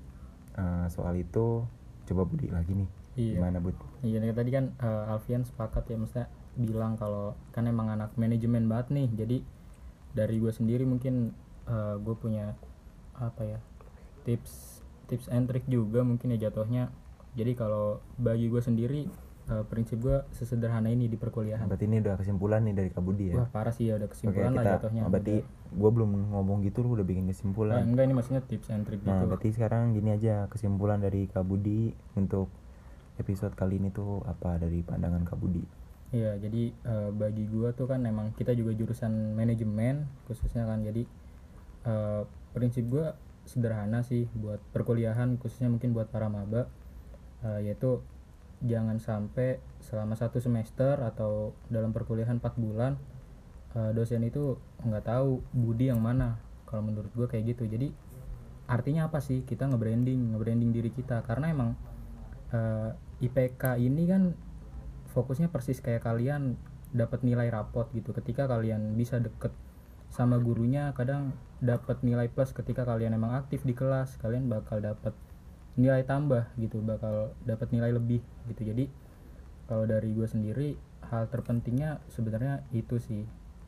eh, soal itu, coba Budi lagi nih. Iya. Gimana Bud? Iya, nih, tadi kan eh, Alfian sepakat ya, maksudnya bilang kalau kan emang anak manajemen banget nih. Jadi dari gue sendiri mungkin gue punya apa ya, tips tips and trick juga mungkin ya jatuhnya. Jadi kalau bagi gue sendiri eh, prinsip gue sesederhana ini di perkuliahan. Berarti ini udah kesimpulan nih dari Kak Budi ya. Wah parah sih ya, udah Oke, kesimpulan lah kita jatuhnya. berarti gue belum ngomong gitu, lu udah bikin Udah. Eh, kesimpulan. enggak, ini maksudnya tips and trick Nah, gitu. berarti sekarang gini aja, kesimpulan dari Kak Budi untuk episode kali ini tuh apa dari pandangan Kak Budi? Iya, jadi eh, bagi gua tuh kan emang kita juga jurusan manajemen khususnya kan. Jadi eh, prinsip gua sederhana sih buat perkuliahan, khususnya mungkin buat para maba, eh, yaitu jangan sampai selama satu semester atau dalam perkuliahan empat bulan eh, dosen itu nggak tahu budi yang mana. Kalau menurut gua kayak gitu. Jadi artinya apa sih kita nge-branding, nge-branding diri kita, karena emang eh, I P K ini kan fokusnya persis kayak kalian dapat nilai rapot gitu. Ketika kalian bisa deket sama gurunya, kadang dapat nilai plus. Ketika kalian emang aktif di kelas, kalian bakal dapat nilai tambah gitu, bakal dapat nilai lebih gitu. Jadi kalau dari gue sendiri, hal terpentingnya sebenarnya itu sih,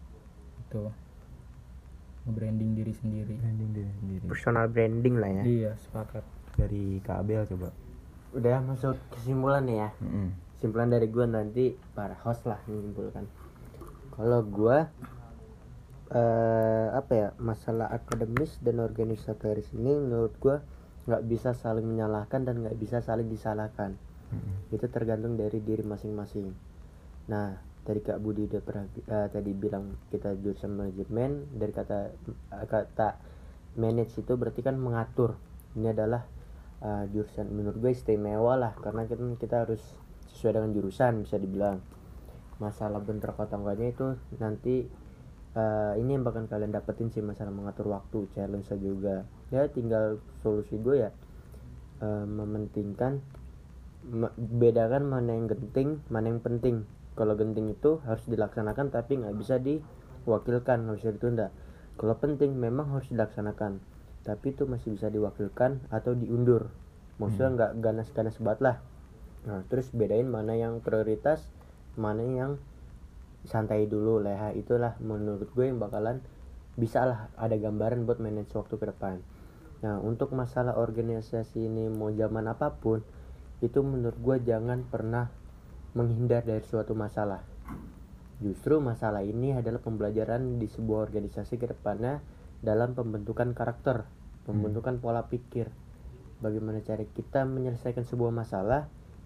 itu nge-branding diri sendiri. Branding diri sendiri. Personal branding lah ya. Iya, sepakat. Dari Kak Abel coba. Udah masuk kesimpulan nih ya. Mm-mm. Kesimpulan dari gue nanti para host lah menyimpulkan. Kalau gue eh, apa ya, masalah akademis dan organisatoris ini menurut gue nggak bisa saling menyalahkan dan nggak bisa saling disalahkan. Mm-mm. Itu tergantung dari diri masing-masing. Nah, dari Kak Budi udah pernah eh, tadi bilang kita jurusan manajemen. Dari kata eh, kata manage itu berarti kan mengatur. Ini adalah eh, jurusan menurut gue istimewa lah, karena kita kita harus sesuai dengan jurusan bisa dibilang. masalah bentrok atau enggaknya itu nanti uh, ini yang bakal kalian dapetin sih, masalah mengatur waktu, challenge juga. Ya tinggal solusi gue ya uh, mementingkan me- bedakan mana yang genting, mana yang penting. Kalau genting itu harus dilaksanakan tapi nggak bisa diwakilkan, nggak bisa ditunda. Kalau penting memang harus dilaksanakan tapi itu masih bisa diwakilkan atau diundur. Maksudnya nggak hmm. ganas-ganas banget lah. Nah terus bedain mana yang prioritas, mana yang santai dulu, leha. Itulah menurut gue yang bakalan bisa lah ada gambaran buat manage waktu ke depan. Nah untuk masalah organisasi ini mau zaman apapun, itu menurut gue jangan pernah menghindar dari suatu masalah. Justru masalah ini adalah pembelajaran di sebuah organisasi ke depannya dalam pembentukan karakter, pembentukan pola pikir. Bagaimana cara kita menyelesaikan sebuah masalah,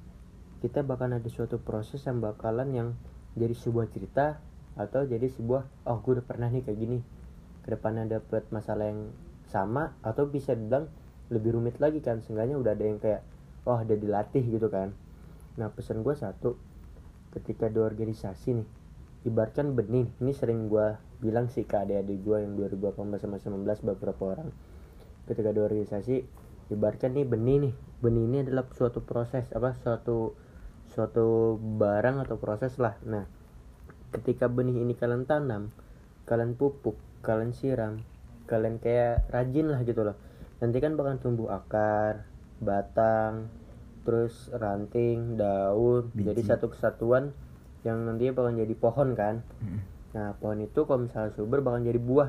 kita bakalan ada suatu proses yang bakalan yang jadi sebuah cerita atau jadi sebuah, oh gue udah pernah nih kayak gini, kedepannya dapet masalah yang sama atau bisa dibilang lebih rumit lagi kan, seenggaknya udah ada yang kayak oh udah dilatih gitu kan. Nah pesan gue satu, ketika di organisasi nih, ibaratkan benih, ini sering gue bilang sih ke adik-adik gue yang dua ribu delapan belas sama sembilan belas beberapa orang, ketika di organisasi ibaratkan nih benih nih, benih ini adalah suatu proses apa suatu suatu barang atau proses lah. Nah ketika benih ini kalian tanam, kalian pupuk, kalian siram, kalian kayak rajin lah gitu loh, nanti kan bakal tumbuh akar, batang, terus ranting, daun, biji. Jadi satu kesatuan yang nantinya bakal jadi pohon kan. hmm. Nah pohon itu kalau misalnya subur bakal jadi buah.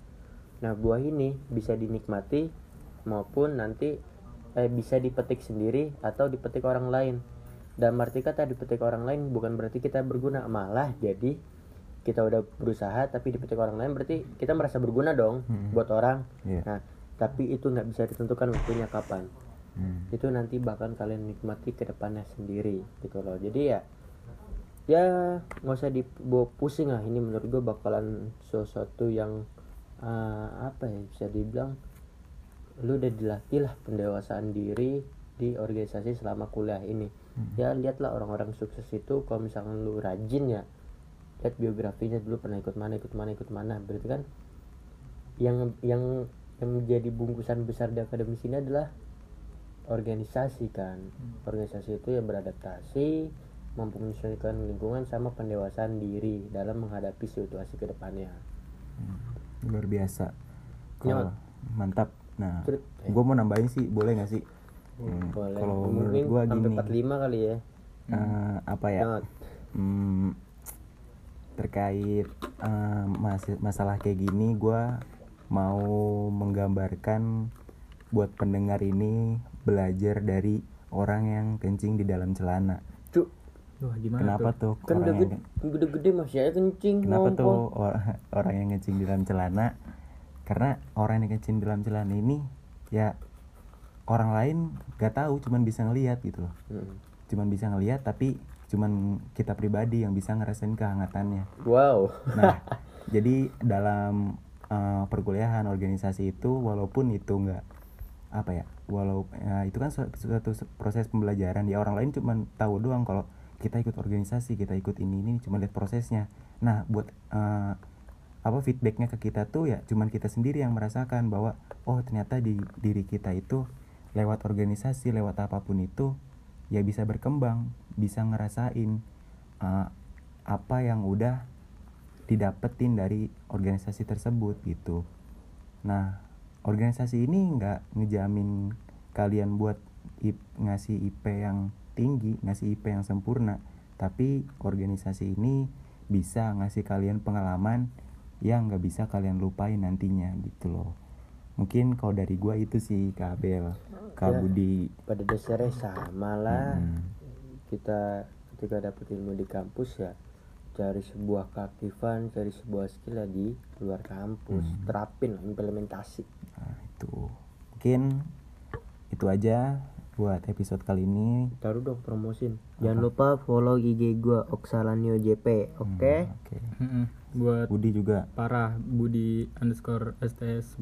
Nah buah ini bisa dinikmati maupun nanti eh, bisa dipetik sendiri atau dipetik orang lain. Dan arti kata dipetik orang lain bukan berarti kita berguna, malah jadi kita udah berusaha tapi dipetik orang lain berarti kita merasa berguna dong hmm. buat orang. yeah. Nah tapi itu nggak bisa ditentukan waktunya kapan. hmm. Itu nanti bakal kalian nikmati ke depannya sendiri gitu loh. Jadi ya ya nggak usah dibawa pusing lah. Ini menurut gue bakalan sesuatu yang uh, apa ya bisa dibilang lu udah dilatih lah pendewasaan diri di organisasi selama kuliah ini. hmm. Ya lihatlah orang-orang sukses itu, kalau misalkan lu rajin ya lihat biografinya dulu, pernah ikut mana ikut mana ikut mana. Berarti kan yang yang yang menjadi bungkusan besar di akademis ini adalah organisasi kan. hmm. Organisasi itu ya beradaptasi, mampu menyesuaikan lingkungan sama pendewasaan diri dalam menghadapi situasi ke depannya. hmm. Luar biasa. Kalau mantap. Nah, eh. gue mau nambahin sih, boleh nggak sih? Hmm. Kalau menurut gue gini, sampai empat puluh lima kali ya. Uh, apa ya? Hmm, terkait uh, mas- masalah kayak gini, gue mau menggambarkan buat pendengar ini belajar dari orang yang kencing di dalam celana. Cuk. Wah, gimana Kenapa tuh? tuh? Kan orang gede, yang gede-gede masih aja kencing. Kenapa ngompol. tuh or- orang yang kencing di dalam celana? Karena orang yang kencing di dalam celana ini ya orang lain gak tahu, cuman bisa ngelihat gitu loh. Hmm. Cuman bisa ngelihat tapi cuman kita pribadi yang bisa ngerasain kehangatannya. Wow. Nah, jadi dalam uh, perkuliahan organisasi itu walaupun itu enggak apa ya, walau uh, itu kan suatu, suatu proses pembelajaran ya, orang lain cuman tahu doang kalau kita ikut organisasi, kita ikut ini ini cuma lihat prosesnya. Nah, buat uh, apa feedbacknya ke kita tuh ya cuman kita sendiri yang merasakan bahwa oh ternyata di diri kita itu lewat organisasi, lewat apapun itu ya bisa berkembang, bisa ngerasain uh, apa yang udah didapetin dari organisasi tersebut gitu. Nah, organisasi ini nggak ngejamin kalian buat I P, ngasih I P yang tinggi, ngasih I P yang sempurna, tapi organisasi ini bisa ngasih kalian pengalaman yang nggak bisa kalian lupain nantinya gitu loh. Mungkin kalau dari gua itu sih Kak Abel, Kak ya, Budi. Pada dasarnya sama lah. hmm. Kita ketika dapet ilmu di kampus ya cari sebuah keaktifan, cari sebuah skill ya di luar kampus. hmm. Terapin, implementasi. Nah itu mungkin itu aja buat episode kali ini. Taruh dong promosin. Apa? Jangan lupa follow I G gua Oksalanio J P. Oke okay? hmm, okay. hmm, buat Budi juga parah Budi underscore S T S